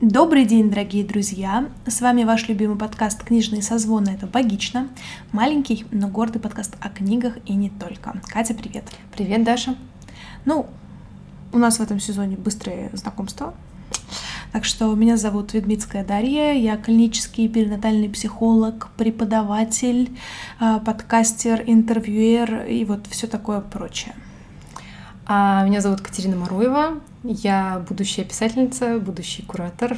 Добрый день, дорогие друзья! С вами ваш любимый подкаст «Книжные созвоны» — это «Богично». Маленький, но гордый подкаст о книгах и не только. Катя, привет! Привет, Даша! У нас в этом сезоне быстрые знакомства. Так что меня зовут Ведмицкая Дарья, я клинический перинатальный психолог, преподаватель, подкастер, интервьюер и вот все такое прочее. А меня зовут Катерина Маруева, я будущая писательница, будущий куратор,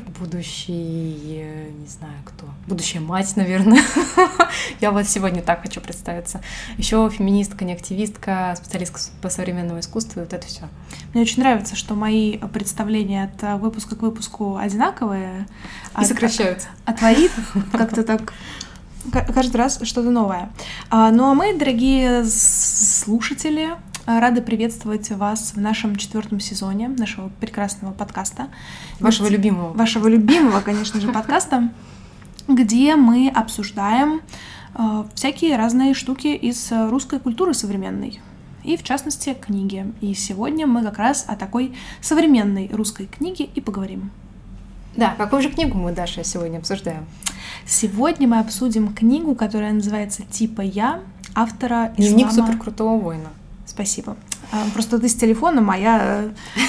будущая мать, наверное. Я вот сегодня так хочу представиться. Еще феминистка, не активистка, специалистка по современному искусству, и вот это все. Мне очень нравится, что мои представления от выпуска к выпуску одинаковые. И сокращаются. А твои как-то так каждый раз что-то новое. А мы, дорогие слушатели, рады приветствовать вас в нашем 4 сезоне нашего прекрасного подкаста. Вашего любимого, конечно же, подкаста, где мы обсуждаем всякие разные штуки из русской культуры современной. И, в частности, книги. И сегодня мы как раз о такой современной русской книге и поговорим. Да, какую же книгу мы, Даша, сегодня обсуждаем? Сегодня мы обсудим книгу, которая называется «Типа я», автора «Дневник суперкрутого воина». Спасибо. Просто ты с телефоном, а я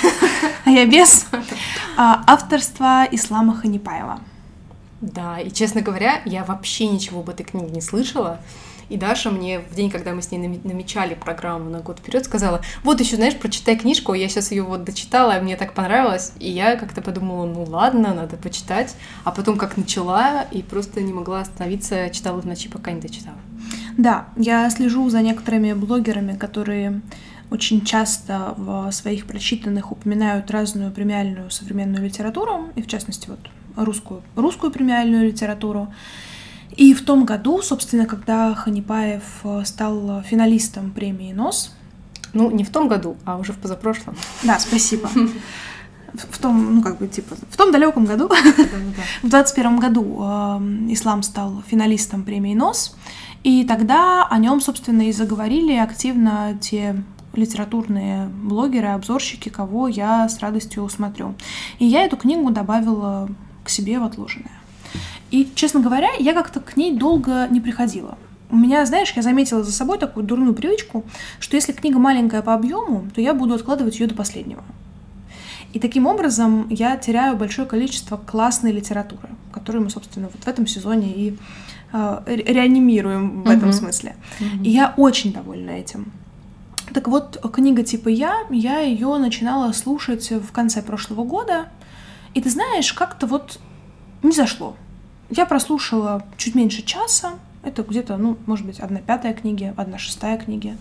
без. Авторство Ислама Ханипаева. Да, и, честно говоря, я вообще ничего об этой книге не слышала. И Даша мне в день, когда мы с ней намечали программу на год вперед, сказала: вот еще, знаешь, прочитай книжку, я сейчас ее вот дочитала, мне так понравилось. И я как-то подумала, ну ладно, надо почитать. А потом как начала и просто не могла остановиться, читала в ночи, пока не дочитала. Да, я слежу за некоторыми блогерами, которые очень часто в своих прочитанных упоминают разную премиальную современную литературу, и в частности вот русскую премиальную литературу. И в том году, собственно, когда Ханипаев стал финалистом премии НОС... Ну, не в том году, а уже в позапрошлом. Да, спасибо. В том далеком году, в 21 году Ислам стал финалистом премии НОС, и тогда о нем, собственно, и заговорили активно те литературные блогеры, обзорщики, кого я с радостью смотрю. И я эту книгу добавила к себе в отложенное. И, честно говоря, я как-то к ней долго не приходила. У меня, знаешь, я заметила за собой такую дурную привычку, что если книга маленькая по объему, то я буду откладывать ее до последнего. И таким образом я теряю большое количество классной литературы, которую мы, собственно, вот в этом сезоне и реанимируем в этом смысле. И я очень довольна этим. Так вот, книга «Типа я» ее начинала слушать в конце прошлого года, и ты знаешь, как-то вот не зашло. Я прослушала чуть меньше часа, это где-то, может быть, 1/5 книги, 1/6 книги.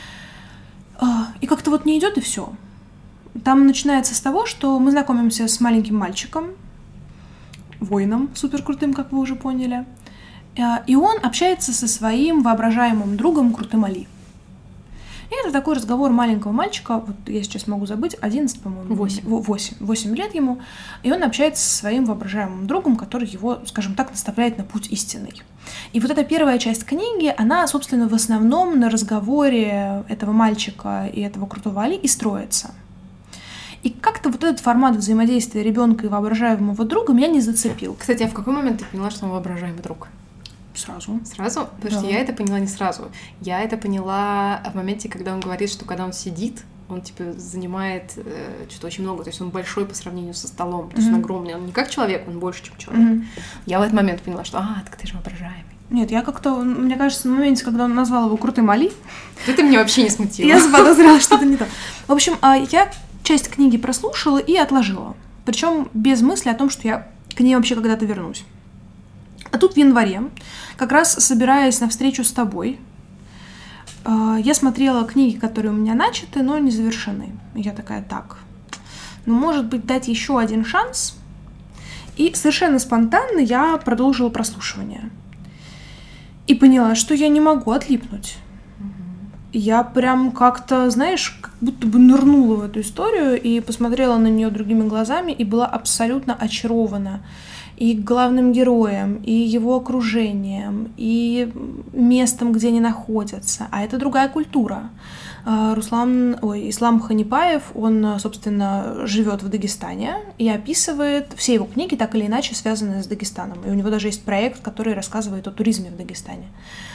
И как-то вот не идет и все. Там начинается с того, что мы знакомимся с маленьким мальчиком, воином суперкрутым, как вы уже поняли, и он общается со своим воображаемым другом Крутым Али. И это такой разговор маленького мальчика, вот я сейчас могу забыть, 11, по-моему, 8 лет ему, и он общается со своим воображаемым другом, который его, скажем так, наставляет на путь истинный. И вот эта первая часть книги, она, собственно, в основном на разговоре этого мальчика и этого Крутого Али и строится. И как-то вот этот формат взаимодействия ребенка и воображаемого друга меня не зацепил. Кстати, а в какой момент ты поняла, что он воображаемый друг? Сразу? Потому что я это поняла не сразу. Я это поняла в моменте, когда он говорит, что когда он сидит, он занимает что-то очень много. То есть он большой по сравнению со столом. То есть он огромный. Он не как человек, он больше, чем человек. Я в этот момент поняла, что так ты же воображаемый. Нет, я как-то, мне кажется, на моменте, когда он назвал его Крутым Али... Это меня вообще не смутило. Я заподозрила что-то не то. В общем, я часть книги прослушала и отложила. Причем без мысли о том, что я к ней вообще когда-то вернусь. А тут в январе, как раз собираясь на встречу с тобой, я смотрела книги, которые у меня начаты, но не завершены. И я такая, может быть, дать еще один шанс. И совершенно спонтанно я продолжила прослушивание. И поняла, что я не могу отлипнуть. я прям как-то, знаешь, как будто бы нырнула в эту историю и посмотрела на нее другими глазами и была абсолютно очарована и главным героем, и его окружением, и местом, где они находятся. А это другая культура. Ислам Ханипаев, он, собственно, живет в Дагестане и описывает все его книги так или иначе связанные с Дагестаном. И у него даже есть проект, который рассказывает о туризме в Дагестане.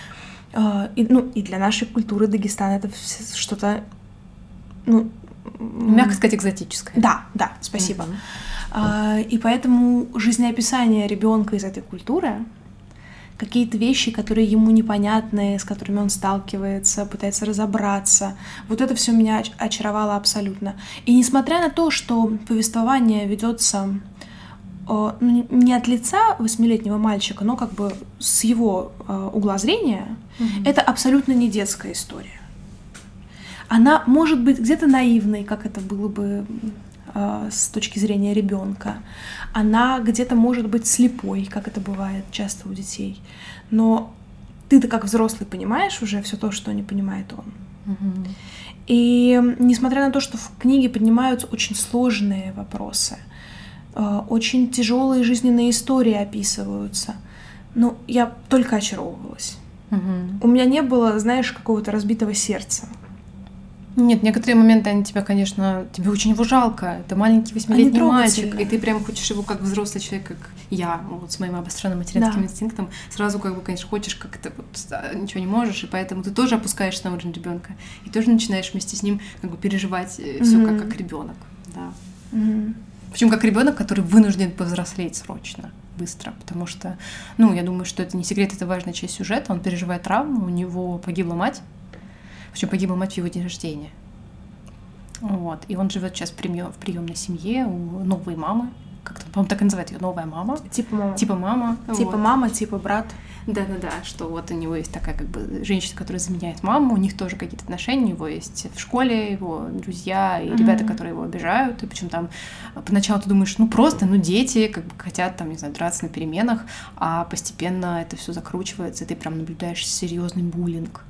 И для нашей культуры Дагестан это что-то, мягко сказать, экзотическое. Да, спасибо. И поэтому жизнеописание ребенка из этой культуры, какие-то вещи, которые ему непонятны, с которыми он сталкивается, пытается разобраться, вот это все меня очаровало абсолютно. И несмотря на то, что повествование ведется не от лица 8-летнего мальчика, но как бы с его угла зрения, это абсолютно не детская история. Она может быть где-то наивной, как это было бы с точки зрения ребенка. Она где-то может быть слепой, как это бывает часто у детей. Но ты-то как взрослый понимаешь уже все то, что не понимает он. И несмотря на то, что в книге поднимаются очень сложные вопросы, очень тяжелые жизненные истории описываются, но я только очаровывалась. У меня не было, знаешь, какого-то разбитого сердца. Нет, некоторые моменты, они тебя, конечно, тебе очень его жалко. Это маленький 8-летний мальчик, и ты прям хочешь его как взрослый человек, как я, вот с моим обостренным материнским инстинктом, сразу как бы, конечно, хочешь как-то ничего не можешь, и поэтому ты тоже опускаешься на уровень ребенка и тоже начинаешь вместе с ним как бы переживать все как ребенок, да. Причем как ребенок, который вынужден повзрослеть срочно, быстро, потому что, я думаю, что это не секрет, это важная часть сюжета. Он переживает травму, у него погибла мать. Причем погибла мать в его день рождения. Вот. И он живет сейчас в приемной семье у новой мамы. Как-то, по-моему, так и называют ее, новая мама. Типа мама. Типа мама. Типа мама, типа брат. Да-да-да, что вот у него есть такая как бы женщина, которая заменяет маму, у них тоже какие-то отношения, у него есть в школе его друзья и ребята, которые его обижают, и причем там поначалу ты думаешь, дети как бы хотят там, не знаю, драться на переменах, а постепенно это все закручивается, и ты прям наблюдаешь серьезный буллинг.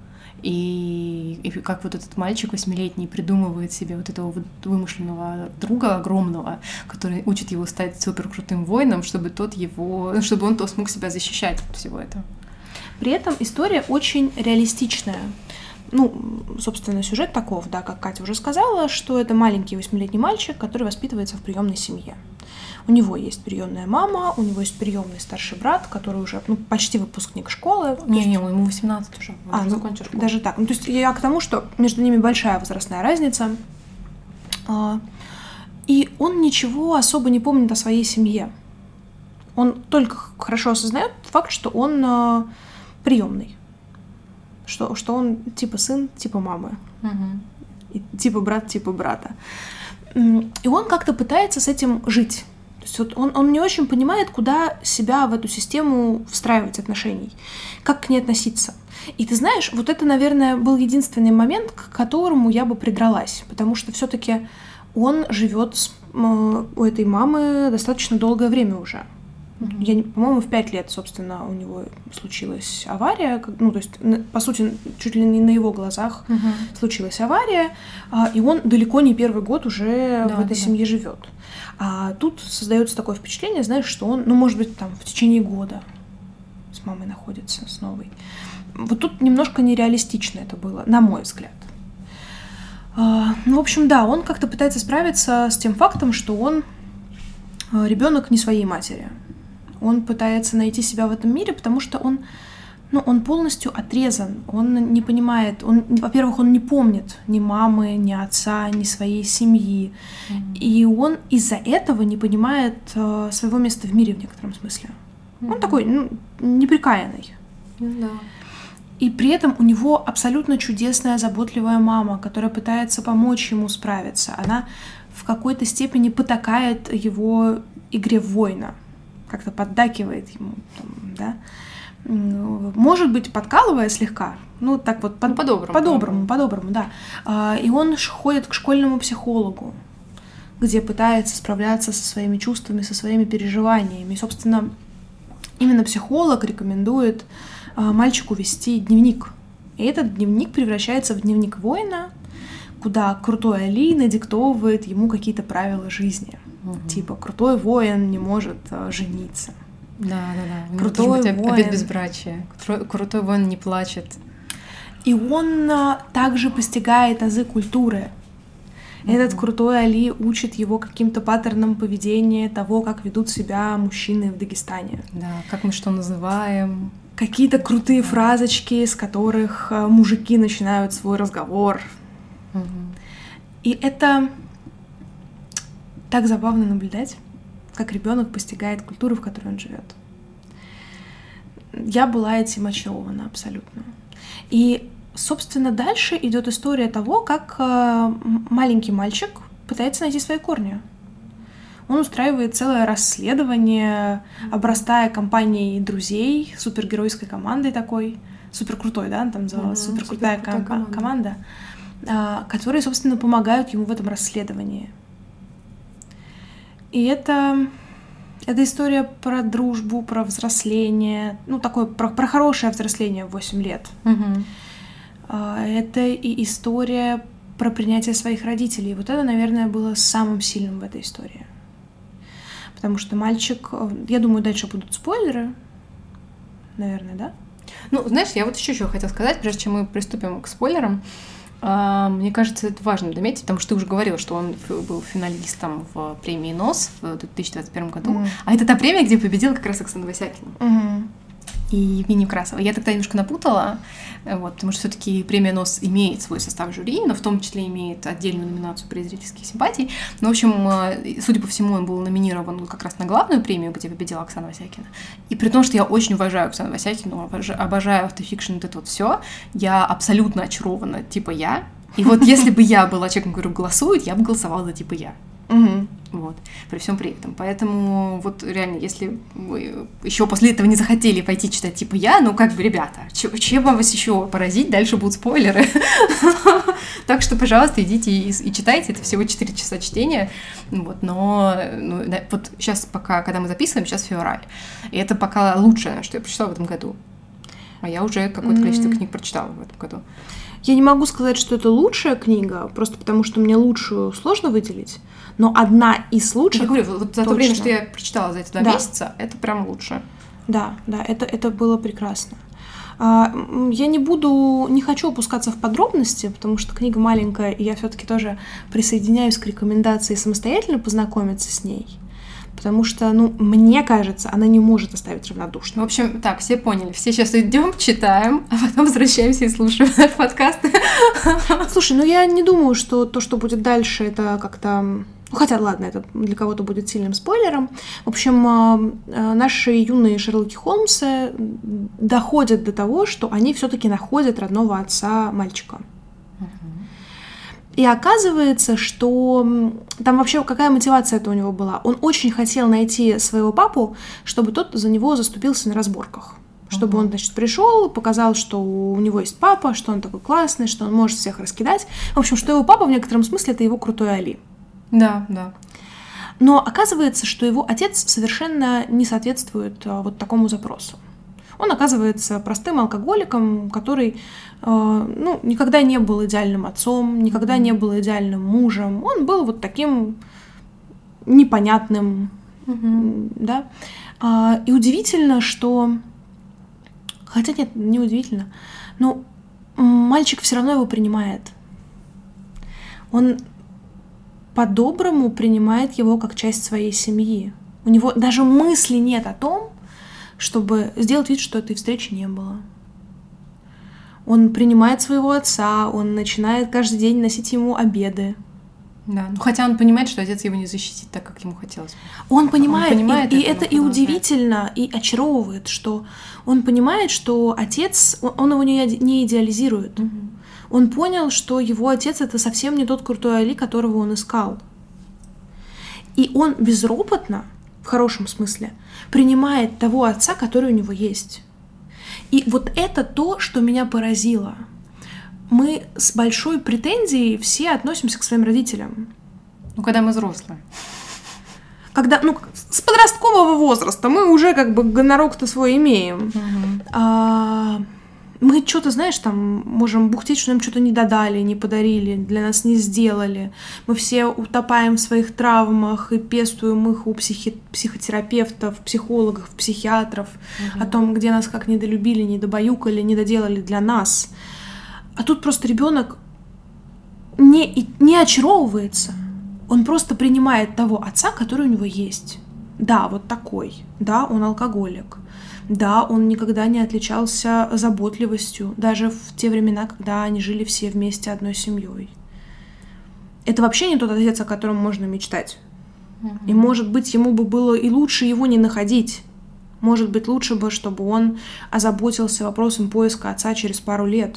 И как вот этот мальчик 8-летний придумывает себе вот этого вот вымышленного друга огромного, который учит его стать суперкрутым воином, чтобы он смог себя защищать от всего этого. При этом история очень реалистичная. Собственно, сюжет таков, да, как Катя уже сказала, что это маленький 8-летний мальчик, который воспитывается в приемной семье. У него есть приемная мама, у него есть приемный старший брат, который уже почти выпускник школы. Ему 18 уже, он уже закончил школу. Даже так. То есть я к тому, что между ними большая возрастная разница. И он ничего особо не помнит о своей семье. Он только хорошо осознает факт, что он приемный. Что он типа сын, типа мамы. И типа брат, типа брата. И он как-то пытается с этим жить. То есть вот он не очень понимает, куда себя в эту систему встраивать отношений, как к ней относиться. И ты знаешь, вот это, наверное, был единственный момент, к которому я бы придралась, потому что все-таки он живет у этой мамы достаточно долгое время уже. По-моему, в 5 лет, собственно, у него случилась авария. То есть, по сути, чуть ли не на его глазах случилась авария, и он далеко не первый год уже в этой семье живет. А тут создается такое впечатление, знаешь, что он, может быть, там в течение года с мамой находится, с новой. Вот тут немножко нереалистично это было, на мой взгляд. В общем, да, он как-то пытается справиться с тем фактом, что он ребенок не своей матери. Он пытается найти себя в этом мире, потому что он полностью отрезан, он не понимает, во-первых, он не помнит ни мамы, ни отца, ни своей семьи, и он из-за этого не понимает своего места в мире в некотором смысле. Он такой, неприкаянный. И при этом у него абсолютно чудесная, заботливая мама, которая пытается помочь ему справиться. Она в какой-то степени потакает его игре в воина, как-то поддакивает ему, да. Может быть, подкалывая слегка, так вот по-доброму, да. И он ходит к школьному психологу, где пытается справляться со своими чувствами, со своими переживаниями. И, собственно, именно психолог рекомендует мальчику вести дневник. И этот дневник превращается в дневник воина, куда крутой Али надиктовывает ему какие-то правила жизни. Типа, крутой воин не может жениться. Да. Крутой воин... Обет безбрачия. Крутой воин не плачет. И он также постигает азы культуры. Этот крутой Али учит его каким-то паттернам поведения, того, как ведут себя мужчины в Дагестане. Да, как мы что называем. Какие-то крутые фразочки, с которых мужики начинают свой разговор. И это так забавно наблюдать, как ребенок постигает культуру, в которой он живет. Я была этим очарована абсолютно. И, собственно, дальше идет история того, как маленький мальчик пытается найти свои корни. Он устраивает целое расследование, обрастая компанией друзей, супергеройской командой такой, суперкрутой, да, там называлась, суперкрутая команда, которые, собственно, помогают ему в этом расследовании. И это история про дружбу, про взросление, ну, такое про хорошее взросление в 8 лет. Это и история про принятие своих родителей. Вот это, наверное, было самым сильным в этой истории. Потому что мальчик... Я думаю, дальше будут спойлеры. Наверное, да? Ну, знаешь, я вот еще хотела сказать, прежде чем мы приступим к спойлерам. Мне кажется, это важно дометить, потому что ты уже говорила, что он был финалистом в премии НОС в 2021 году. А это та премия, где победила как раз Оксана Васякина. И Евгения Красова. Я тогда немножко напутала, вот, потому что все-таки премия НОС имеет свой состав жюри, но в том числе имеет отдельную номинацию приз зрительских симпатий. Но, в общем, судя по всему, он был номинирован как раз на главную премию, где победила Оксана Васякина. И при том, что я очень уважаю Оксану Васякину, обожаю автофикшн, вот это вот все, я абсолютно очарована, типа я. И вот если бы я была человеком, который голосует, я бы голосовала за типа я. Вот, при всем при этом. Поэтому вот реально, если вы еще после этого не захотели пойти читать типа я, ну как бы, ребята, чем вам вас еще поразить, дальше будут спойлеры. Так что, пожалуйста, идите и читайте, это всего 4 часа чтения. Вот, но вот сейчас пока, когда мы записываем, сейчас февраль. И это пока лучшее, что я прочитала в этом году. А я уже какое-то количество книг прочитала в этом году. Я не могу сказать, что это лучшая книга, просто потому что мне лучшую сложно выделить, но одна из лучших. Я говорю, вот за то время, что я прочитала за эти 2 месяца, это прям лучше. Да, это было прекрасно. Я не хочу опускаться в подробности, потому что книга маленькая, и я все-таки тоже присоединяюсь к рекомендации самостоятельно познакомиться с ней. Потому что, мне кажется, она не может оставить равнодушным. В общем, так, все поняли. Все сейчас идем, читаем, а потом возвращаемся и слушаем наш подкаст. Слушай, я не думаю, что то, что будет дальше, это как-то... Хотя, ладно, это для кого-то будет сильным спойлером. В общем, наши юные Шерлоки Холмсы доходят до того, что они все-таки находят родного отца мальчика. И оказывается, что там вообще какая мотивация-то у него была? Он очень хотел найти своего папу, чтобы тот за него заступился на разборках. Чтобы он, значит, пришел, показал, что у него есть папа, что он такой классный, что он может всех раскидать. В общем, что его папа в некотором смысле это его крутой Али. Да. Но оказывается, что его отец совершенно не соответствует вот такому запросу. Он оказывается простым алкоголиком, который никогда не был идеальным отцом, никогда не был идеальным мужем. Он был вот таким непонятным, да. И удивительно, что... Хотя нет, не удивительно, но мальчик все равно его принимает. Он по-доброму принимает его как часть своей семьи. У него даже мысли нет о том, чтобы сделать вид, что этой встречи не было. Он принимает своего отца, он начинает каждый день носить ему обеды. Да, хотя он понимает, что отец его не защитит так, как ему хотелось. Он понимает, и это и удивительно, и очаровывает, что он понимает, что отец, он его не идеализирует. Он понял, что его отец — это совсем не тот крутой Али, которого он искал. И он безропотно, в хорошем смысле, принимает того отца, который у него есть. И вот это то, что меня поразило. Мы с большой претензией все относимся к своим родителям. Когда мы взрослые. Когда, с подросткового возраста мы уже как бы гонорок-то свой имеем. Мы что-то, знаешь, там можем бухтеть, что нам что-то не додали, не подарили, для нас не сделали. Мы все утопаем в своих травмах и пестуем их у психотерапевтов, психологов, психиатров, о том, где нас как недолюбили, недобаюкали, не доделали для нас. А тут просто ребенок не очаровывается. Он просто принимает того отца, который у него есть. Да, вот такой. Да, он алкоголик. Да, он никогда не отличался заботливостью, даже в те времена, когда они жили все вместе одной семьей. Это вообще не тот отец, о котором можно мечтать. И, может быть, ему бы было и лучше его не находить. Может быть, лучше бы, чтобы он озаботился вопросом поиска отца через пару лет.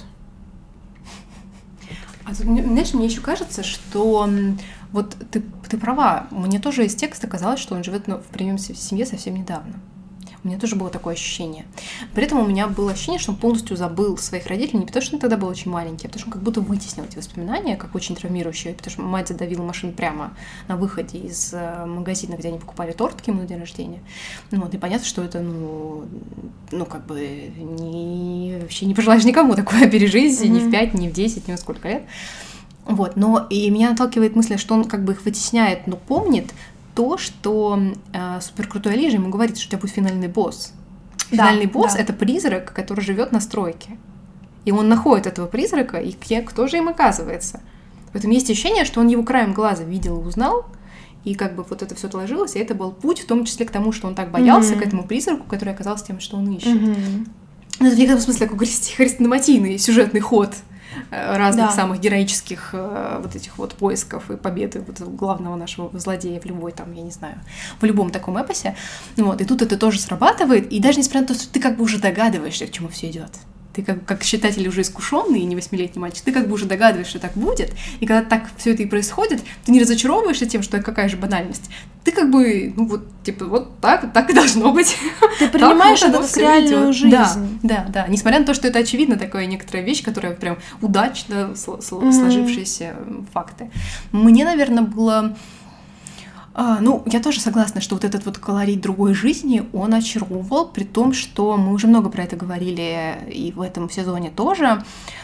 Знаешь, мне еще кажется, что вот ты права. Мне тоже из текста казалось, что он живет в приемной семье совсем недавно. У меня тоже было такое ощущение. При этом у меня было ощущение, что он полностью забыл своих родителей, не потому что он тогда был очень маленький, а потому что он как будто вытеснил эти воспоминания, как очень травмирующие, потому что мать задавила машину прямо на выходе из магазина, где они покупали торт к ему на день рождения. Вот, и понятно, что это, как бы вообще не пожелаешь никому такое пережить, ни в 5, ни в 10, ни во сколько лет. Вот, но и меня наталкивает мысль, что он как бы их вытесняет, но помнит то, что суперкрутой Али же ему говорит, что у тебя будет финальный босс. Финальный босс — это призрак, который живет на стройке. И он находит этого призрака, и кто же им оказывается. Поэтому есть ощущение, что он его краем глаза видел и узнал, и как бы вот это все отложилось, и это был путь, в том числе к тому, что он так боялся, к этому призраку, который оказался тем, что он ищет. Ну, это в некотором смысле такой хрестоматийный сюжетный ход разных самых героических вот этих вот поисков и победы вот главного нашего злодея в любой там, я не знаю, в любом таком эпосе. Вот, и тут это тоже срабатывает, и даже несмотря на то, что ты как бы уже догадываешься, к чему все идет. Ты как читатель уже искушенный и не 8-летний мальчик, ты как бы уже догадываешься, что так будет, и когда так все это и происходит, ты не разочаровываешься тем, что какая же банальность. Ты как бы, вот так и должно быть. Ты принимаешь это как реальную жизнь. Да. Несмотря на то, что это очевидно такая некоторая вещь, которая прям удачно сложившиеся факты. Мне, наверное, было... я тоже согласна, что вот этот вот колорит другой жизни, он очаровывал, при том, что мы уже много про это говорили и в этом сезоне тоже,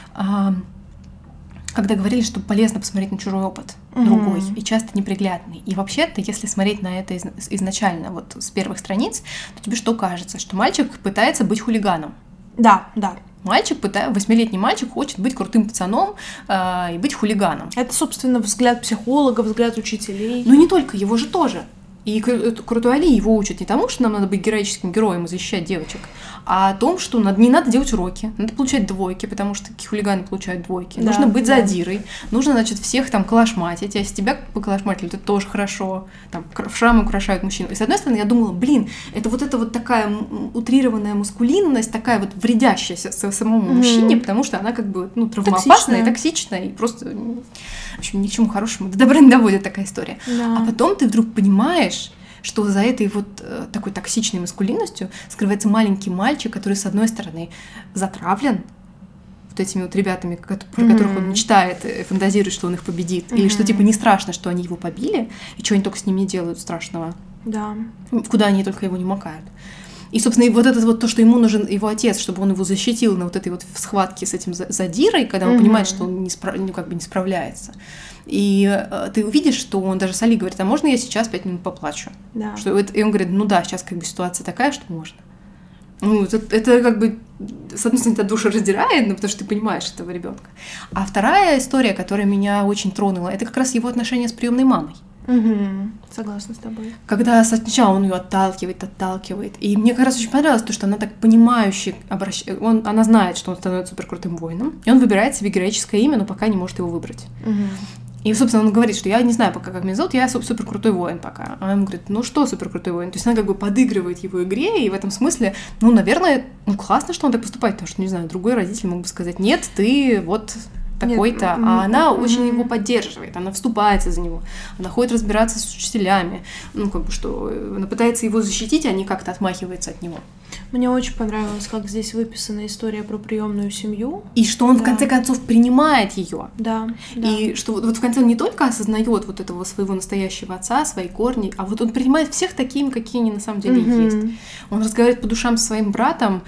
когда говорили, что полезно посмотреть на чужой опыт, другой, и часто неприглядный. И вообще-то, если смотреть на это изначально, вот с первых страниц, то тебе что кажется? Что мальчик пытается быть хулиганом. Да. Мальчик, 8-летний мальчик хочет быть крутым пацаном и быть хулиганом. Это, собственно, взгляд психолога, взгляд учителей. Но не только, его же тоже. И крутой Али его учат не тому, что нам надо быть героическим героем и защищать девочек, а о том, что не надо делать уроки, надо получать двойки, потому что такие хулиганы получают двойки. Нужно быть задирой, нужно, значит, всех там калашматить, а если тебя покалашматили, то это тоже хорошо. Там в шрамы украшают мужчину. И с одной стороны, я думала, это вот такая утрированная мускулинность, такая вот вредящая самому мужчине, потому что она как бы травмоопасная и токсичная, и просто в общем, ни к чему хорошему до добра не доводит такая история. Да. А потом ты вдруг понимаешь, что за этой вот такой токсичной маскулинностью скрывается маленький мальчик, который, с одной стороны, затравлен вот этими вот ребятами, про которых он мечтает, фантазирует, что он их победит, или что типа не страшно, что они его побили, и что они только с ним не делают страшного. Да. Куда они только его не макают. И, собственно, и вот это вот то, что ему нужен его отец, чтобы он его защитил на вот этой вот схватке с этим задирой, когда он понимает, что он не справляется. И ты увидишь, что он даже с Али говорит, а можно я сейчас 5 минут поплачу? Да. И он говорит, сейчас как бы ситуация такая, что можно. Это как бы, с одной стороны, это душераздирает, потому что ты понимаешь этого ребенка. А вторая история, которая меня очень тронула, это как раз его отношения с приемной мамой. Согласна с тобой. Когда сначала он ее отталкивает. И мне как раз очень понравилось то, что она так понимающе она знает, что он становится суперкрутым воином, и он выбирает себе героическое имя, но пока не может его выбрать. И, собственно, он говорит, что я не знаю пока, как меня зовут, я суперкрутой воин пока. А он говорит, что суперкрутой воин? То есть она как бы подыгрывает его игре, и в этом смысле, наверное, классно, что он так поступает, потому что, не знаю, другой родитель мог бы сказать, нет, ты вот такой-то, а она очень его поддерживает, она вступается за него, она ходит разбираться с учителями, что она пытается его защитить, а не как-то отмахивается от него. Мне очень понравилось, как здесь выписана история про приемную семью. И что он в конце концов принимает ее. Да. И что вот в конце он не только осознает вот этого своего настоящего отца, свои корни, а вот он принимает всех такими, какие они на самом деле есть. Он разговаривает по душам со своим братом,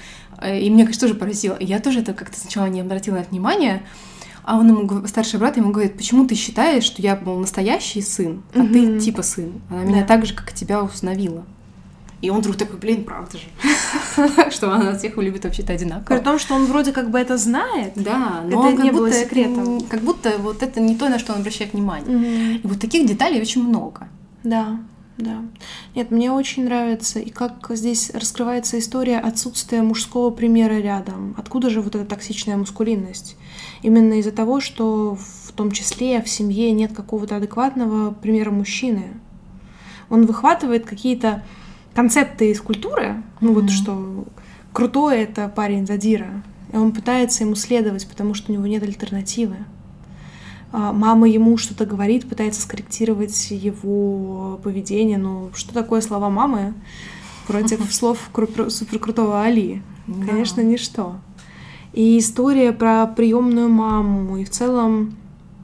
И мне, конечно, тоже поразило. И я тоже это как-то сначала не обратила на это внимания, а он ему, старший брат ему говорит: почему ты считаешь, что я был настоящий сын, а ты типа сын? Она меня так же, как и тебя, усыновила. И он вдруг такой: блин, правда же, что она нас всех любит вообще-то одинаково. При том, что он вроде как бы это знает. Да, но это не было секретом. Как будто вот это не то, на что он обращает внимание. И вот таких деталей очень много. Да. Нет, мне очень нравится, и как здесь раскрывается история отсутствия мужского примера рядом. Откуда же вот эта токсичная маскулинность? Именно из-за того, что в том числе в семье нет какого-то адекватного примера мужчины. Он выхватывает какие-то концепты из культуры, вот что крутой это парень задира, и он пытается ему следовать, потому что у него нет альтернативы. Мама ему что-то говорит, пытается скорректировать его поведение. Ну, что такое слова мамы против слов суперкрутого Али? Конечно, ничто. И история про приемную маму, и в целом,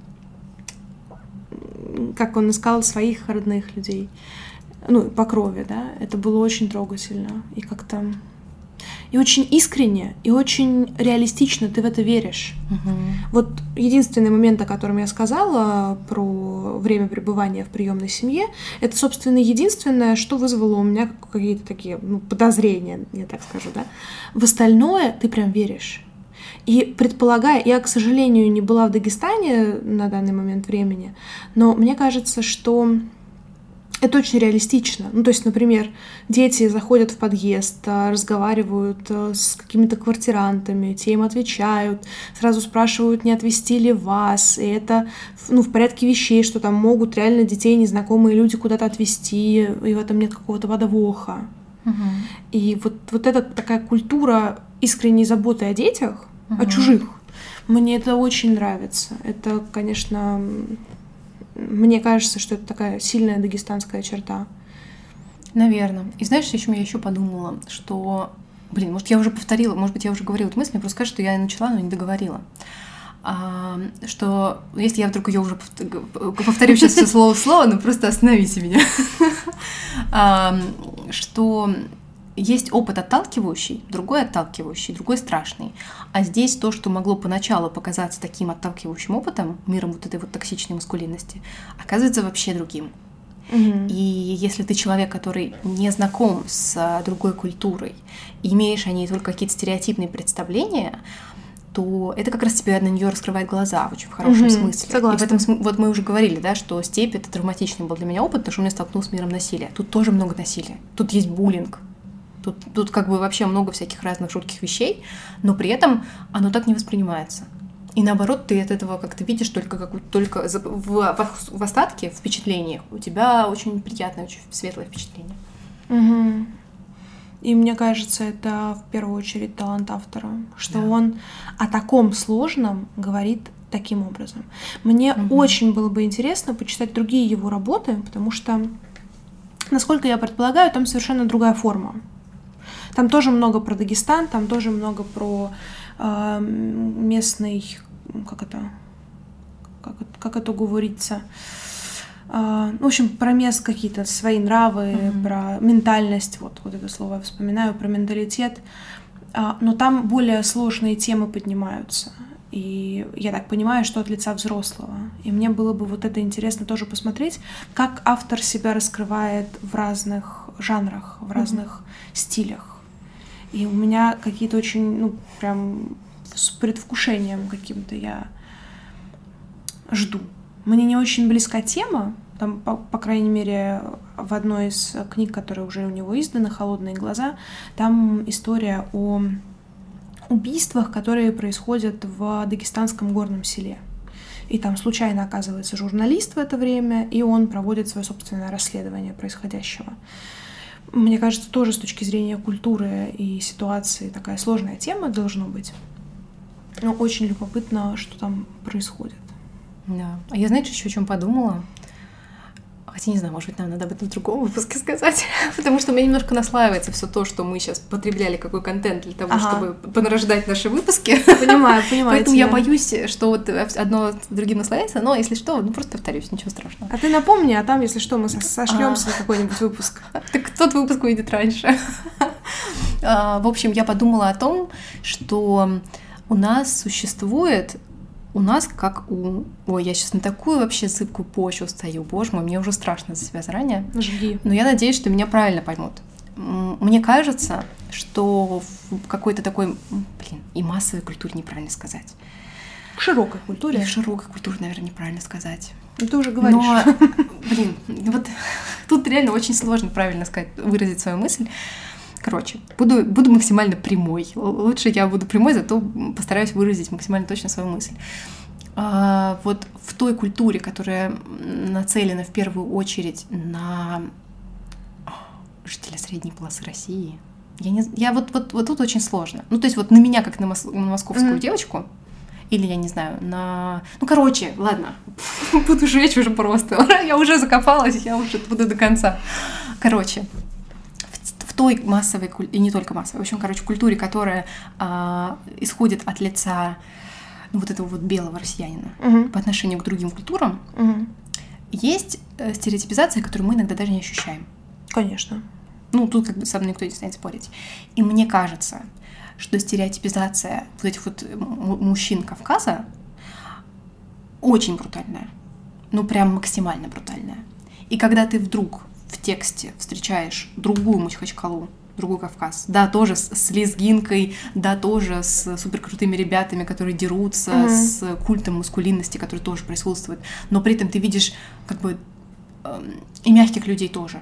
как он искал своих родных людей, ну, по крови, да, это было очень трогательно. И как-то... И очень искренне, и очень реалистично ты в это веришь. Вот единственный момент, о котором я сказала, про время пребывания в приемной семье, это, собственно, единственное, что вызвало у меня какие-то такие подозрения, я так скажу, да. В остальное ты прям веришь. И предполагая, я, к сожалению, не была в Дагестане на данный момент времени, но мне кажется, что это очень реалистично. Ну, то есть, например, дети заходят в подъезд, разговаривают с какими-то квартирантами, те им отвечают, сразу спрашивают, не отвезти ли вас, и это, ну, в порядке вещей, что там могут реально детей незнакомые люди куда-то отвезти, и в этом нет какого-то подвоха. И вот эта такая культура искренней заботы о детях, о чужих, мне это очень нравится. Это, конечно... Мне кажется, что это такая сильная дагестанская черта. Наверное. И знаешь, о чем я еще подумала? Что, может, я уже повторила, может быть, я уже говорила эту мысль, мне просто кажется, что я начала, но не договорила. Что если я вдруг ее уже повторю сейчас все слово в слово, ну просто остановите меня. Что есть опыт отталкивающий, другой страшный. А здесь то, что могло поначалу показаться таким отталкивающим опытом, миром вот этой вот токсичной маскулинности, оказывается вообще другим. И если ты человек, который не знаком с другой культурой, и имеешь о ней только какие-то стереотипные представления, то это как раз тебе на нее раскрывает глаза в очень хорошем смысле. Согласна. И в этом вот мы уже говорили, да, что степь — это травматичный был для меня опыт, потому что он меня столкнул с миром насилия. Тут тоже много насилия. Тут есть буллинг. Тут как бы вообще много всяких разных жутких вещей, но при этом оно так не воспринимается. И наоборот, ты от этого как-то видишь только в остатке впечатлениях у тебя очень приятное, очень светлое впечатление. И мне кажется, это в первую очередь талант автора, что он о таком сложном говорит таким образом. Мне очень было бы интересно почитать другие его работы, потому что, насколько я предполагаю, там совершенно другая форма. Там тоже много про Дагестан, там тоже много про местный, как это говорится, в общем, про мест какие-то свои нравы, про ментальность, вот это слово я вспоминаю, про менталитет, но там более сложные темы поднимаются. И я так понимаю, что от лица взрослого. И мне было бы вот это интересно тоже посмотреть, как автор себя раскрывает в разных жанрах, в разных стилях. И у меня какие-то очень, прям с предвкушением каким-то я жду. Мне не очень близка тема, там, по крайней мере, в одной из книг, которые уже у него изданы, «Холодные глаза», там история о убийствах, которые происходят в дагестанском горном селе. И там случайно оказывается журналист в это время, и он проводит свое собственное расследование происходящего. Мне кажется, тоже с точки зрения культуры и ситуации такая сложная тема должна быть. Но очень любопытно, что там происходит. Да. А я, знаете, еще о чем подумала? Хотя, не знаю, может быть, нам надо об этом в другом выпуске сказать, потому что у меня немножко наслаивается все то, что мы сейчас потребляли, какой контент для того, чтобы понарождать наши выпуски. Понимаю. Поэтому я боюсь, что вот одно с другим наслаивается, но если что, просто повторюсь, ничего страшного. А ты напомни, а там, если что, мы сошлёмся на какой-нибудь выпуск. Так тот выпуск выйдет раньше. В общем, я подумала о том, что у нас существует, Ой, я сейчас на такую вообще зыбкую почву стою, боже мой, мне уже страшно за себя заранее. Жги. Но я надеюсь, что меня правильно поймут. Мне кажется, что в какой-то такой, и массовой культуре неправильно сказать. В широкой культуре. И в широкой культуре, наверное, неправильно сказать. Ну, ты уже говоришь. Но, вот тут реально очень сложно правильно сказать, выразить свою мысль. Короче, буду максимально прямой. Лучше я буду прямой, зато постараюсь выразить максимально точно свою мысль. Вот в той культуре, которая нацелена в первую очередь на жителя средней полосы России, я вот тут очень сложно. Ну, то есть вот на меня, как на московскую девочку, или, я не знаю, Ну, короче, ладно, буду жечь уже просто. Я уже закопалась, я уже буду до конца. Короче, в той массовой, и не только массовой, в общем, культуре, которая исходит от лица вот этого вот белого россиянина по отношению к другим культурам, есть стереотипизация, которую мы иногда даже не ощущаем. Конечно. Ну, тут как бы со мной никто не станет спорить. И мне кажется, что стереотипизация вот этих вот мужчин Кавказа очень брутальная. Ну, прям максимально брутальная. И когда ты вдруг в тексте встречаешь другую Махачкалу, другой Кавказ, да, тоже с лезгинкой, да, тоже с суперкрутыми ребятами, которые дерутся, с культом маскулинности, который тоже присутствует, но при этом ты видишь как бы и мягких людей тоже.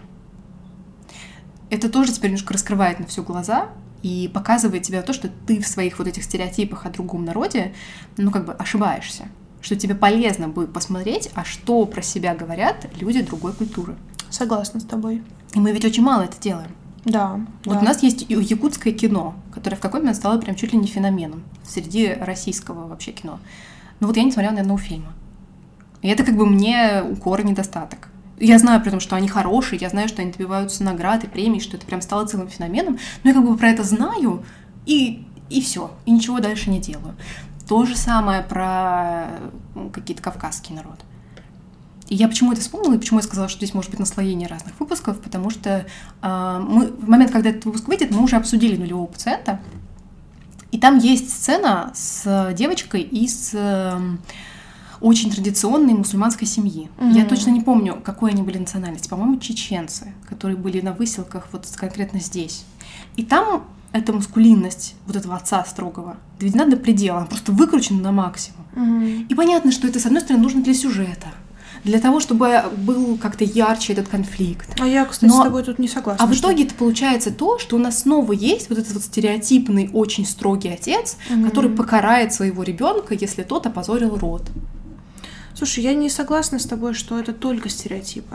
Это тоже теперь немножко раскрывает на все глаза и показывает тебе то, что ты в своих вот этих стереотипах о другом народе, ну, как бы ошибаешься. Что тебе полезно будет посмотреть, а что про себя говорят люди другой культуры. Согласна с тобой. И мы ведь очень мало это делаем. Да. Вот у нас есть якутское кино, которое в какой-то момент стало прям чуть ли не феноменом среди российского вообще кино. Но вот я не смотрела ни одного фильма. И это как бы мне укор и недостаток. Я знаю при том, что они хорошие, я знаю, что они добиваются наград и премий, что это прям стало целым феноменом, но я как бы про это знаю, и все, и ничего дальше не делаю. То же самое про какие-то кавказский народ. И я почему это вспомнила, и почему я сказала, что здесь может быть наслоение разных выпусков, потому что мы в момент, когда этот выпуск выйдет, мы уже обсудили «Нулевого пациента», и там есть сцена с девочкой из очень традиционной мусульманской семьи. Я точно не помню, какой они были национальности. По-моему, чеченцы, которые были на выселках вот конкретно здесь. И там эта маскулинность вот этого отца строгого доведена до предела, она просто выкручена на максимум. И понятно, что это, с одной стороны, нужно для сюжета, для того, чтобы был как-то ярче этот конфликт. А я, кстати, с тобой тут не согласна. А в итоге это получается то, что у нас снова есть вот этот вот стереотипный, очень строгий отец, который покарает своего ребенка, если тот опозорил род. Слушай, я не согласна с тобой, что это только стереотипы.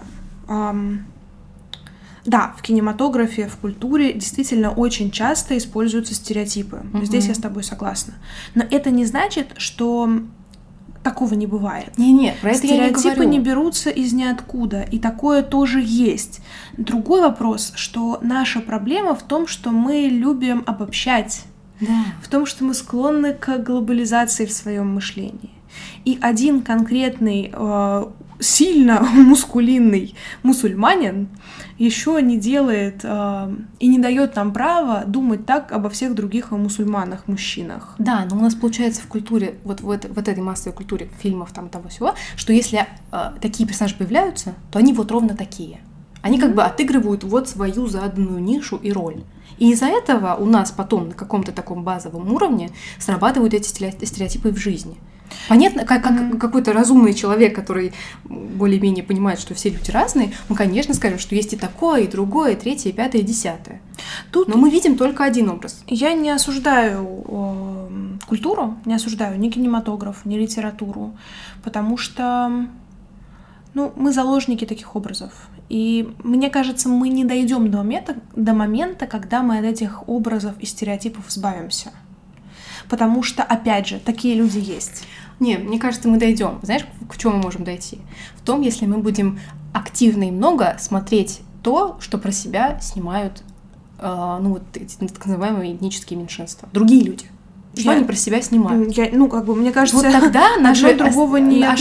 Да, в кинематографе, в культуре действительно очень часто используются стереотипы. Здесь я с тобой согласна. Но это не значит, что такого не бывает. Не, про это я не говорю. Стереотипы не берутся из ниоткуда, и такое тоже есть. Другой вопрос, что наша проблема в том, что мы любим обобщать, в том, что мы склонны к глобализации в своем мышлении. И один конкретный сильно мускулинный мусульманин еще не делает и не дает нам права думать так обо всех других мусульманах, мужчинах. Да, но у нас получается в культуре, вот в этой массовой культуре фильмов там того всего, что если такие персонажи появляются, то они вот ровно такие. Они как бы отыгрывают вот свою заданную нишу и роль. И из-за этого у нас потом на каком-то таком базовом уровне срабатывают эти стереотипы в жизни. Понятно, как какой-то разумный человек, который более-менее понимает, что все люди разные, мы, конечно, скажем, что есть и такое, и другое, и третье, и пятое, и десятое. Но мы видим только один образ. Я не осуждаю культуру, не осуждаю ни кинематограф, ни литературу, потому что мы заложники таких образов. И мне кажется, мы не дойдем до момента, когда мы от этих образов и стереотипов избавимся. Потому что, опять же, такие люди есть. Не, мне кажется, мы дойдем. Знаешь, к чему мы можем дойти? В том, если мы будем активно и много смотреть то, что про себя снимают эти так называемые этнические меньшинства. Другие люди. Что они про себя снимают? Мне кажется, вот тогда наши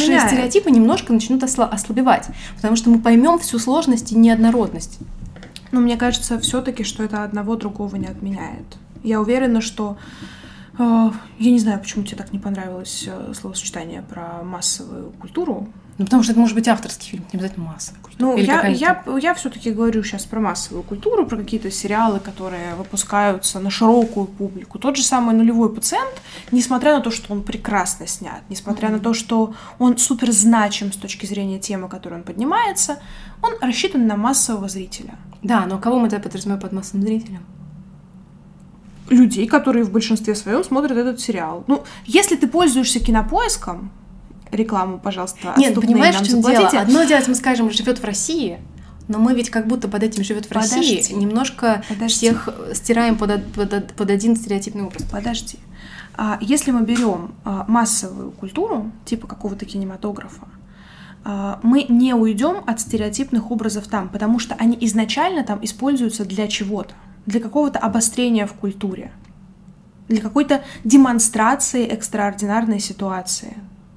стереотипы немножко начнут ослабевать, потому что мы поймем всю сложность и неоднородность. Но мне кажется все-таки, что это одного другого не отменяет. Я уверена, что... Я не знаю, почему тебе так не понравилось словосочетание про массовую культуру. Ну, потому что это может быть авторский фильм, не обязательно массовая культура. Ну, я все-таки говорю сейчас про массовую культуру, про какие-то сериалы, которые выпускаются на широкую публику. Тот же самый «Нулевой пациент», несмотря на то, что он прекрасно снят, несмотря на то, что он супер значим с точки зрения темы, которой он поднимается, он рассчитан на массового зрителя. Да, но кого мы тогда подразумеваем под массовым зрителем? Людей, которые в большинстве своем смотрят этот сериал. Ну, если ты пользуешься Кинопоиском, рекламу, пожалуйста, нет, понимаешь, нам в чем заплатите. дело? Одно дело, мы скажем, живет в России, но мы ведь как будто под этим живет в России, немножко всех стираем под один стереотипный образ. Подожди. Если мы берем массовую культуру, типа какого-то кинематографа, мы не уйдем от стереотипных образов там, потому что они изначально там используются для чего-то, для какого-то обострения в культуре, для какой-то демонстрации экстраординарной ситуации,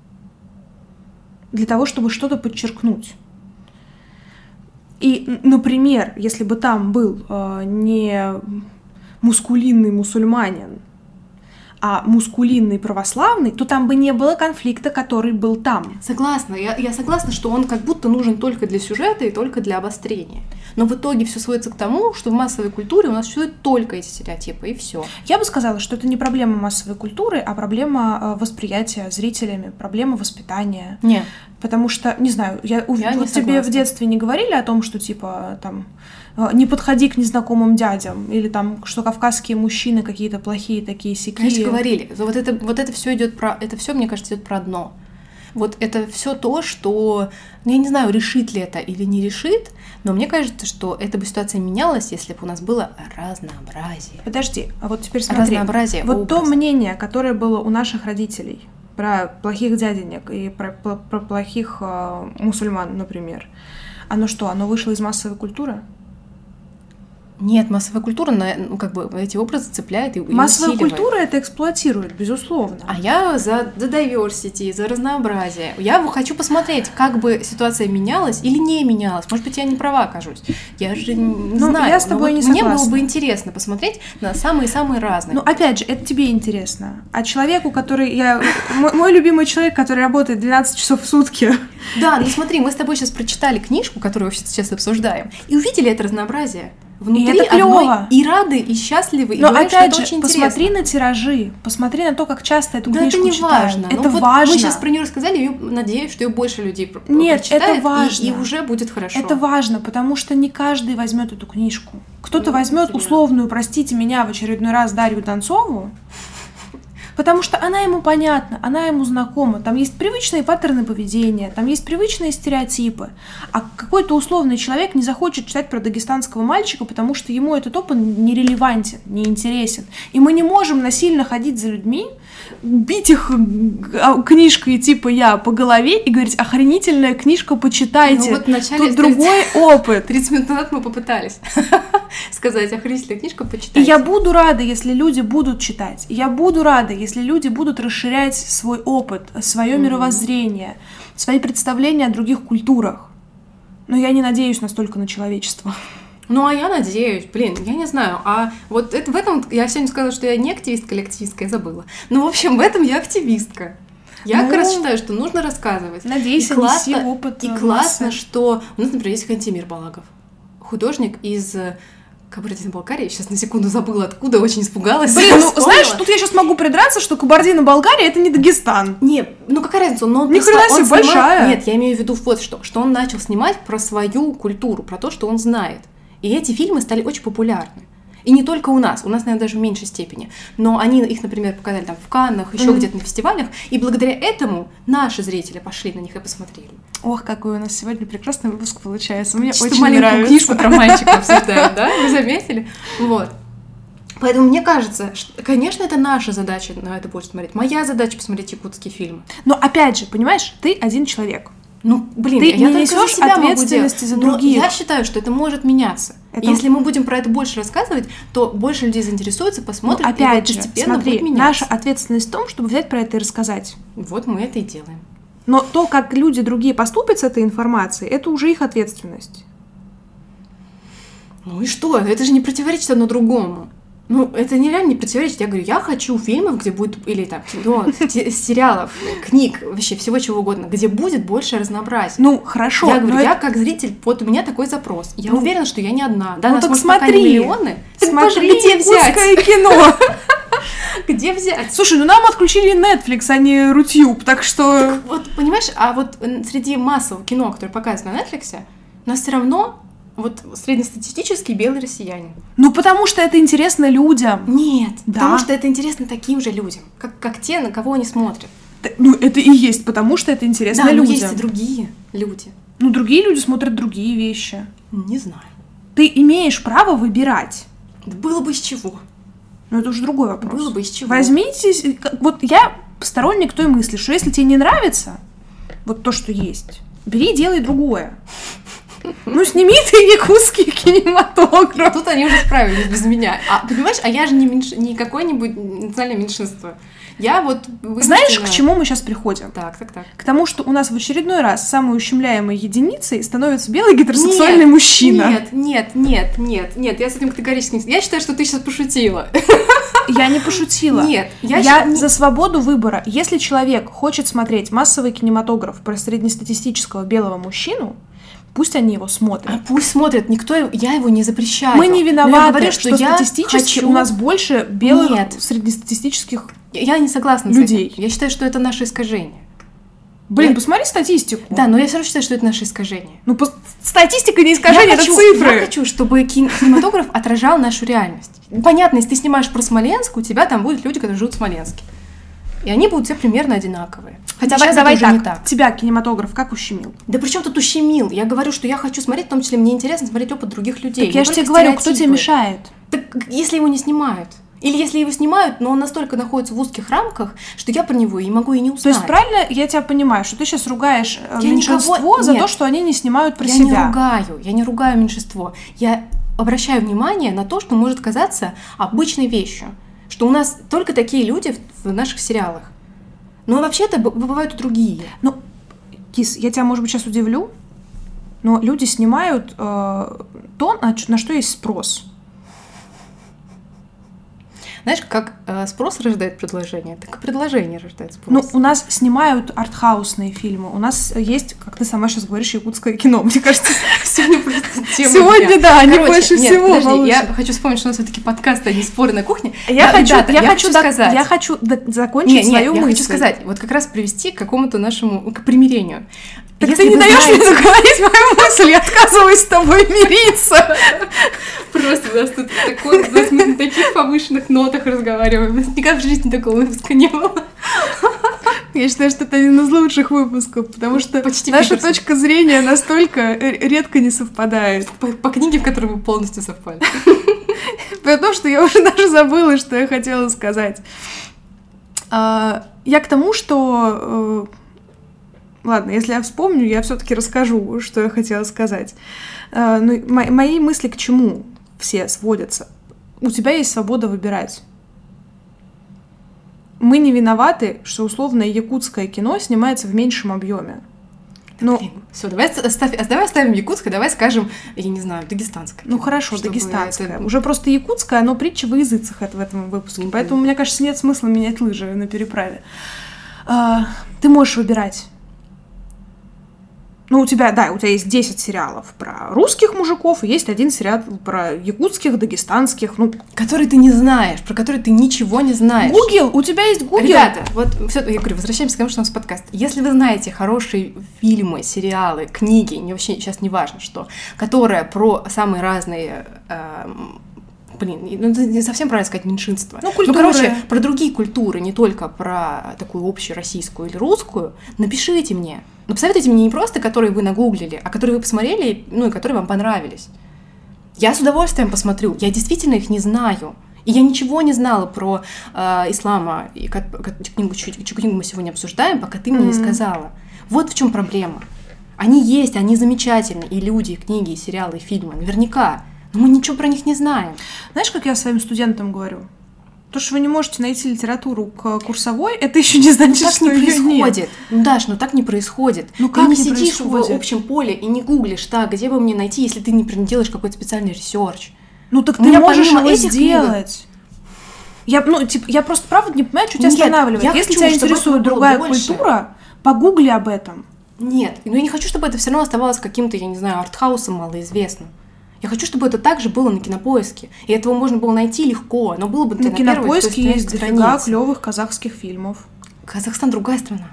для того, чтобы что-то подчеркнуть. И, например, если бы там был не мускулинный мусульманин, а мускулинный православный, то там бы не было конфликта, который был там. Согласна. Я согласна, что он как будто нужен только для сюжета и только для обострения. Но в итоге все сводится к тому, что в массовой культуре у нас существуют только эти стереотипы, и все. Я бы сказала, что это не проблема массовой культуры, а проблема восприятия зрителями, проблема воспитания. Нет. Потому что, не знаю, вот не тебе в детстве не говорили о том, что типа там не подходи к незнакомым дядям, или там, что кавказские мужчины какие-то плохие такие сякие. Конечно, говорили. Вот это все идет про. Это все, мне кажется, идет про одно. Вот это все то, что, я не знаю, решит ли это или не решит, но мне кажется, что эта бы ситуация менялась, если бы у нас было разнообразие. Подожди, а вот теперь смотри. Разнообразие. Вот образ. То мнение, которое было у наших родителей про плохих дяденек и про плохих мусульман, например, оно что, оно вышло из массовой культуры? Нет, массовая культура, эти образы цепляет и массовая усиливает. Культура это эксплуатирует, безусловно. А я за diversity, за разнообразие. Я хочу посмотреть, как бы ситуация менялась или не менялась. Может быть, я не права окажусь. Я же не знаю. Я с тобой не согласна. Мне было бы интересно посмотреть на самые-самые разные. Ну, опять же, это тебе интересно. А человеку, который... Мой любимый человек, который работает 12 часов в сутки... Да, ну смотри, мы с тобой сейчас прочитали книжку, которую вообще сейчас обсуждаем, и увидели это разнообразие. Внутри и это клёво. И рады, и счастливы, и но говорят, опять что же, это очень посмотри интересно. на тиражи, посмотри на то, как часто эту да книжку это не читают. важно. Это вот важно. Мы сейчас про нее рассказали, и надеюсь, что ее больше людей Нет, прочитает, это важно. И уже будет хорошо. Это важно, потому что не каждый возьмет эту книжку. Кто-то возьмет условную, простите меня, в очередной раз Дарью Донцову, потому что она ему понятна, она ему знакома. Там есть привычные паттерны поведения, там есть привычные стереотипы. А какой-то условный человек не захочет читать про дагестанского мальчика, потому что ему этот опыт нерелевантен, неинтересен. И мы не можем насильно ходить за людьми, бить их книжкой типа я по голове и говорить: охренительная книжка, почитайте. Ну, вот вначале тут другой опыт. 30 минут назад мы попытались сказать: охренительная книжка, почитайте. И я буду рада, если люди будут читать. Я буду рада, если люди будут расширять свой опыт, свое мировоззрение, свои представления о других культурах. Но я не надеюсь настолько на человечество. Ну, а я надеюсь, я не знаю. А вот в этом я сегодня сказала, что я не активистка или активистка, я забыла. Ну, в общем, в этом я активистка. Я как раз считаю, что нужно рассказывать. Надейся, неси опыт. И классно, что у нас, например, есть Кантемир Балагов, художник из Кабардино-Балкарии. Сейчас на секунду забыла откуда, очень испугалась. Блин, ну знаешь, тут я сейчас могу придраться, что Кабардино-Балкария — это не Дагестан. Нет, ну какая разница? Ни хрена себе большая. Нет, я имею в виду вот что он начал снимать про свою культуру, про то, что он знает. И эти фильмы стали очень популярны. И не только у нас, наверное, даже в меньшей степени. Но они их, например, показали там в Каннах, еще где-то на фестивалях, и благодаря этому наши зрители пошли на них и посмотрели. Ох, какой у нас сегодня прекрасный выпуск получается. Мне Что очень маленькую нравится. книжку про мальчика обсуждаем, да? Вы заметили? Вот. Поэтому мне кажется, что, конечно, это наша задача на это больше смотреть. Моя задача посмотреть якутские фильмы. Но опять же, понимаешь, ты один человек. Ну, блин, ты я не только за несешь себя ответственности за могу делать. других. Но я считаю, что это может меняться. Если мы будем про это больше рассказывать, то больше людей заинтересуются, посмотрят, опять и же, постепенно смотри, будет меняться. наша ответственность в том, чтобы взять про это и рассказать. Вот мы это и делаем. Но то, как люди другие поступят с этой информацией, это уже их ответственность. Ну и что? Это же не противоречит одно другому. Ну, это нереально не противоречит. Я говорю, я хочу фильмов, где будет, или там, кино, сериалов, книг, вообще всего чего угодно, где будет больше разнообразия. Ну, хорошо. Я говорю, я как зритель, вот у меня такой запрос. Я уверена, что я не одна. Да, ну, нас, так может, смотри, пока не миллионы. Смотри, где взять? кино. Где взять? Слушай, ну нам отключили Netflix, а не Рутюб, так что... Так, вот, понимаешь, а вот среди массового кино, которое показывают на Netflix, у нас все равно вот среднестатистический белый россиянин. Ну, потому что это интересно людям. Нет, да. Потому что это интересно таким же людям, как те, на кого они смотрят. Ну, это и есть, потому что это интересно людям. Да, но есть и другие люди. Ну, другие люди смотрят другие вещи. Не знаю. Ты имеешь право выбирать. Да было бы из чего. Ну, это уже другой вопрос. Было бы из чего. Возьмите... Вот я сторонник той мысли, что если тебе не нравится вот то, что есть, бери и делай другое. Ну, сними ты якутский кинематограф. Тут они уже справились без меня. А, понимаешь, а я же не какое-нибудь национальное меньшинство. Я вот... Знаешь, к чему мы сейчас приходим? Так. К тому, что у нас в очередной раз самой ущемляемой единицей становится белый гетеросексуальный мужчина. Нет, я с этим категорически не... Я считаю, что ты сейчас пошутила. Я не пошутила. Нет, я за свободу выбора. Если человек хочет смотреть массовый кинематограф про среднестатистического белого мужчину, пусть они его смотрят. А пусть смотрят, я его не запрещаю. Мы не виноваты, говорю, что статистически у нас больше белых среднестатистических я не согласна людей. С этим. Я считаю, что это наше искажение. Блин, посмотри статистику. Да, но я все равно считаю, что это наше искажение. Ну, статистика не искажение, это цифры. Я хочу, чтобы кинематограф отражал нашу реальность. Понятно, если ты снимаешь про Смоленск, у тебя там будут люди, которые живут в Смоленске. И они будут все примерно одинаковые. Хотя сейчас это уже не так. Тебя кинематограф как ущемил? Да при чем тут ущемил? Я говорю, что я хочу смотреть, в том числе мне интересно смотреть опыт других людей. Так я же тебе говорю, кто тебе мешает? Так если его не снимают. Или если его снимают, но он настолько находится в узких рамках, что я про него и могу и не узнать. То есть правильно я тебя понимаю, что ты сейчас ругаешь меньшинство за то, что они не снимают про себя? Я не ругаю меньшинство. Я обращаю внимание на то, что может казаться обычной вещью. Что у нас только такие люди в наших сериалах. Но вообще-то бывают и другие. Ну, Кис, я тебя, может быть, сейчас удивлю, но люди снимают то, на что есть спрос. Знаешь, как спрос рождает предложение, так и предложение рождает спрос. Ну, у нас снимают артхаусные фильмы. У нас есть, как ты сама сейчас говоришь, якутское кино. Мне кажется, сегодня просто тема. Сегодня, да, они больше всего. Подожди, я хочу вспомнить, что у нас все-таки подкаст, а не споры на кухне. Я хочу закончить свою мысль. Я хочу сказать, вот как раз привести к какому-то нашему, к примирению. Так если ты не даешь мне договорить мою мысль, я отказываюсь с тобой мириться. Просто у нас тут мы на таких повышенных нотах разговариваем. У нас никогда в жизни такого выпуска не было. Я считаю, что это один из лучших выпусков, потому что наша точка зрения настолько редко не совпадает. По книге, в которой мы полностью совпали. Потому что я уже даже забыла, что я хотела сказать. Я к тому, что... Ладно, если я вспомню, я все-таки расскажу, что я хотела сказать. Мои мысли к чему все сводятся? У тебя есть свобода выбирать. Мы не виноваты, что условное якутское кино снимается в меньшем объеме. Но... Все, давай оставим якутское, давай скажем, я не знаю, дагестанское. Ну хорошо, дагестанское. Уже просто якутское, оно притча во языцах в этом выпуске. Поэтому, мне кажется, нет смысла менять лыжи на переправе. Ты можешь выбирать. Ну, у тебя есть 10 сериалов про русских мужиков, и есть один сериал про якутских, дагестанских, который ты не знаешь, про который ты ничего не знаешь. Гугл, у тебя есть Гугл. Ребята, вот все, я говорю, возвращаемся к тому, что у нас подкаст. Если вы знаете хорошие фильмы, сериалы, книги, вообще сейчас не важно что, которые про самые разные... не совсем правильно сказать меньшинство. Про другие культуры, не только про такую общероссийскую или русскую, напишите мне. Но посоветуйте мне не просто, которые вы нагуглили, а которые вы посмотрели, и которые вам понравились. Я с удовольствием посмотрю. Я действительно их не знаю. И я ничего не знала про ислама, и чью книгу мы сегодня обсуждаем, пока ты мне не сказала. Вот в чем проблема. Они есть, они замечательны. И люди, и книги, и сериалы, и фильмы. Наверняка. Но мы ничего про них не знаем. Знаешь, как я своим студентам говорю? То, что вы не можете найти литературу к курсовой, это еще не значит, что ее происходит. Ну, Даш, так не происходит. Ну, ты не сидишь в общем поле и не гуглишь, так, где бы мне найти, если ты не делаешь какой-то специальный ресерч. Ну, так ты можешь его сделать. Я просто правда не понимаю, что тебя останавливает. Если тебя интересует другая культура, погугли об этом. Нет, но я не хочу, чтобы это все равно оставалось каким-то, я не знаю, артхаусом малоизвестным. Я хочу, чтобы это также было на Кинопоиске. И этого можно было найти легко, но было бы на Кинопоиске есть дофига клевых казахских фильмов. Казахстан другая страна.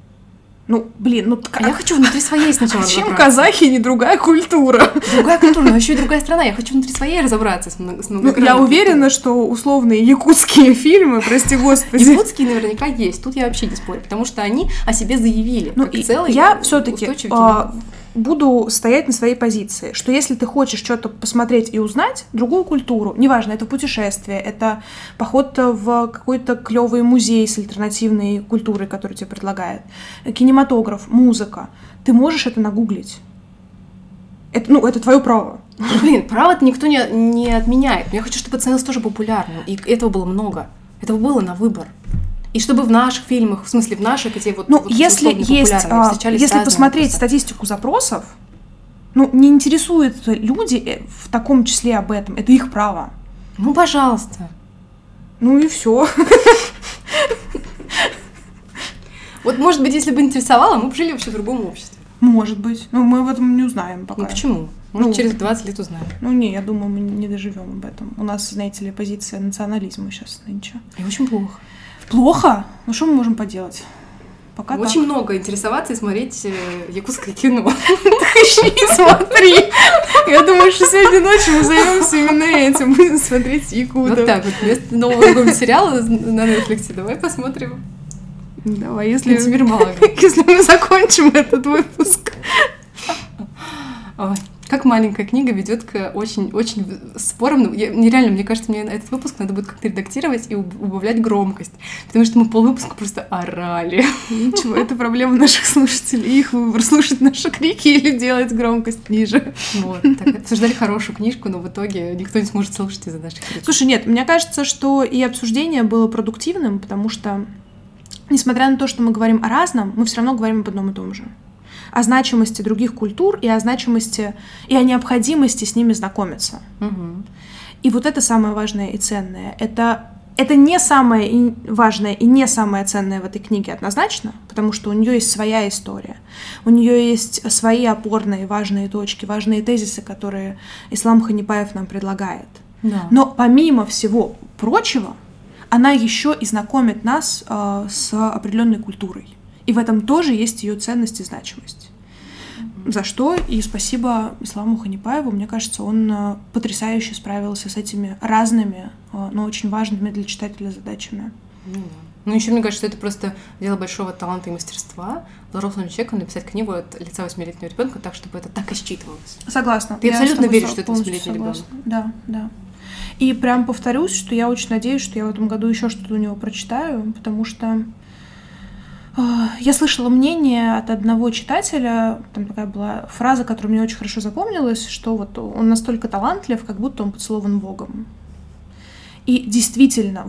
А я хочу внутри своей сначала разобраться. Чем казахи не другая культура? Другая культура, но еще и другая страна. Я хочу внутри своей разобраться с я уверена, что условные якутские фильмы, прости господи. Якутские наверняка есть. Тут я вообще не спорю, потому что они о себе заявили. Я все-таки буду стоять на своей позиции, что если ты хочешь что-то посмотреть и узнать, другую культуру, неважно, это путешествие, это поход в какой-то клевый музей с альтернативной культурой, который тебе предлагает, кинематограф, музыка, ты можешь это нагуглить. Это твое право. Право-то никто не отменяет. Но я хочу, чтобы это становилось тоже популярным, и этого было много. Этого было на выбор. И чтобы в наших фильмах, в смысле в наших, где если посмотреть статистику запросов, не интересуются люди в таком числе об этом, это их право. Пожалуйста. И все. Может быть, если бы интересовало, мы бы жили вообще в другом обществе. Может быть. Но мы об этом не узнаем пока. Почему? Может, через 20 лет узнаем. Я думаю, мы не доживем об этом. У нас, знаете ли, позиция национализма сейчас нынче. И очень плохо. Плохо? Что мы можем поделать? Пока очень много интересоваться и смотреть якутское кино. Так ищи, смотри. Я думаю, что сегодня ночью мы займемся именно этим. Будем смотреть якутов. Так вместо нового сериала на Netflix давай посмотрим. Давай, если мы закончим этот выпуск. Как маленькая книга ведет к очень спорам. Нереально, мне кажется, мне этот выпуск надо будет как-то редактировать и убавлять громкость. Потому что мы полвыпуска просто орали. Ничего, это проблема наших слушателей. Их выбор, слушать наши крики или делать громкость ниже. Так, обсуждали хорошую книжку, но в итоге никто не сможет слушать из-за наших криков. Слушай, нет, мне кажется, что и обсуждение было продуктивным, потому что, несмотря на то, что мы говорим о разном, мы все равно говорим об одном и том же. О значимости других культур и о значимости и о необходимости с ними знакомиться. Угу. И это самое важное и ценное. Это не самое важное и не самое ценное в этой книге однозначно, потому что у нее есть своя история, у нее есть свои опорные важные точки, важные тезисы, которые Ислам Ханипаев нам предлагает. Да. Но помимо всего прочего, она еще и знакомит нас с определенной культурой. И в этом тоже есть ее ценность и значимость. За что и спасибо Исламу Ханипаеву. Мне кажется, он потрясающе справился с этими разными, но очень важными для читателя задачами. Еще мне кажется, что это просто дело большого таланта и мастерства взрослому человеку написать книгу от лица 8-летнего ребенка так, чтобы это так и считывалось. Согласна. Ты абсолютно веришь, что это 8-летний ребенок. Да. И прям повторюсь, что я очень надеюсь, что я в этом году еще что-то у него прочитаю, потому что я слышала мнение от одного читателя, там такая была фраза, которая мне очень хорошо запомнилась, что он настолько талантлив, как будто он поцелован Богом. И действительно,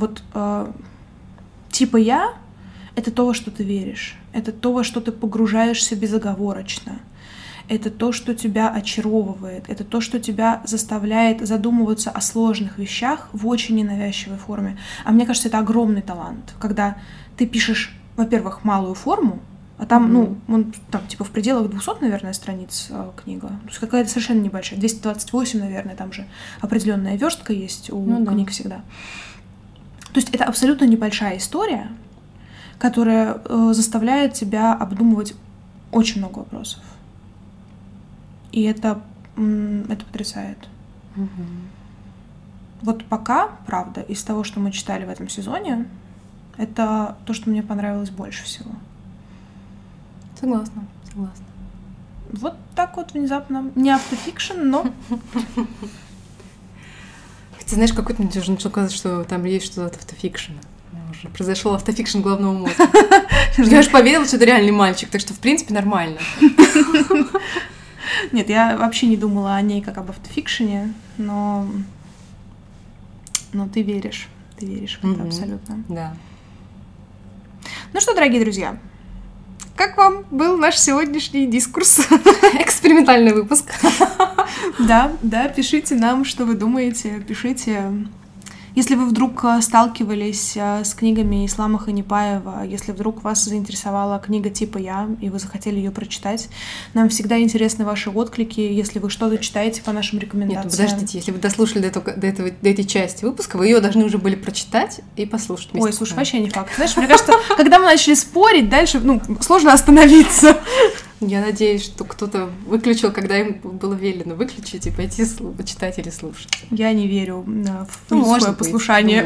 я — это то, во что ты веришь, это то, во что ты погружаешься безоговорочно, это то, что тебя очаровывает, это то, что тебя заставляет задумываться о сложных вещах в очень ненавязчивой форме. А мне кажется, это огромный талант, когда ты пишешь, во-первых, малую форму, а там, в пределах 200, наверное, страниц книга. То есть какая-то совершенно небольшая. 228, наверное, там же определенная верстка есть у книг всегда. То есть это абсолютно небольшая история, которая заставляет тебя обдумывать очень много вопросов. И это потрясает. Пока, правда, из того, что мы читали в этом сезоне, это то, что мне понравилось больше всего. Согласна. Так внезапно. Не автофикшн, но... Хотя, знаешь, какой-то мне уже начал казаться, что там есть что-то от автофикшена. Уже произошел автофикшн головного мозга. Я же поверила, что это реальный мальчик, так что, в принципе, нормально. Нет, я вообще не думала о ней как об автофикшене, но ты веришь. Ты веришь в это абсолютно. Да. Ну что, дорогие друзья, как вам был наш сегодняшний дискурс? Экспериментальный выпуск. Да, пишите нам, что вы думаете, пишите. Если вы вдруг сталкивались с книгами Ислама Ханипаева, если вдруг вас заинтересовала книга типа «Я», и вы захотели ее прочитать, нам всегда интересны ваши отклики, если вы что-то читаете по нашим рекомендациям. Нет, подождите, если вы дослушали до этой части выпуска, вы ее должны уже были прочитать и послушать. Ой, слушай, вообще не факт. Знаешь, мне кажется, когда мы начали спорить, дальше, сложно остановиться. Я надеюсь, что кто-то выключил, когда им было велено выключить и пойти читать или слушать. Я не верю в людское послушание.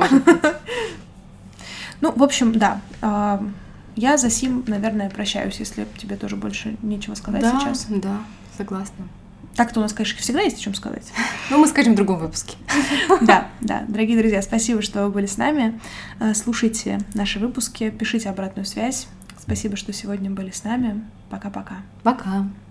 В общем, да. Я за сим, наверное, прощаюсь, если тебе тоже больше нечего сказать сейчас. Да, согласна. Так-то у нас, конечно, всегда есть о чем сказать. Мы скажем в другом выпуске. Да. Дорогие друзья, спасибо, что вы были с нами. Слушайте наши выпуски, пишите обратную связь. Спасибо, что сегодня были с нами. Пока-пока. Пока.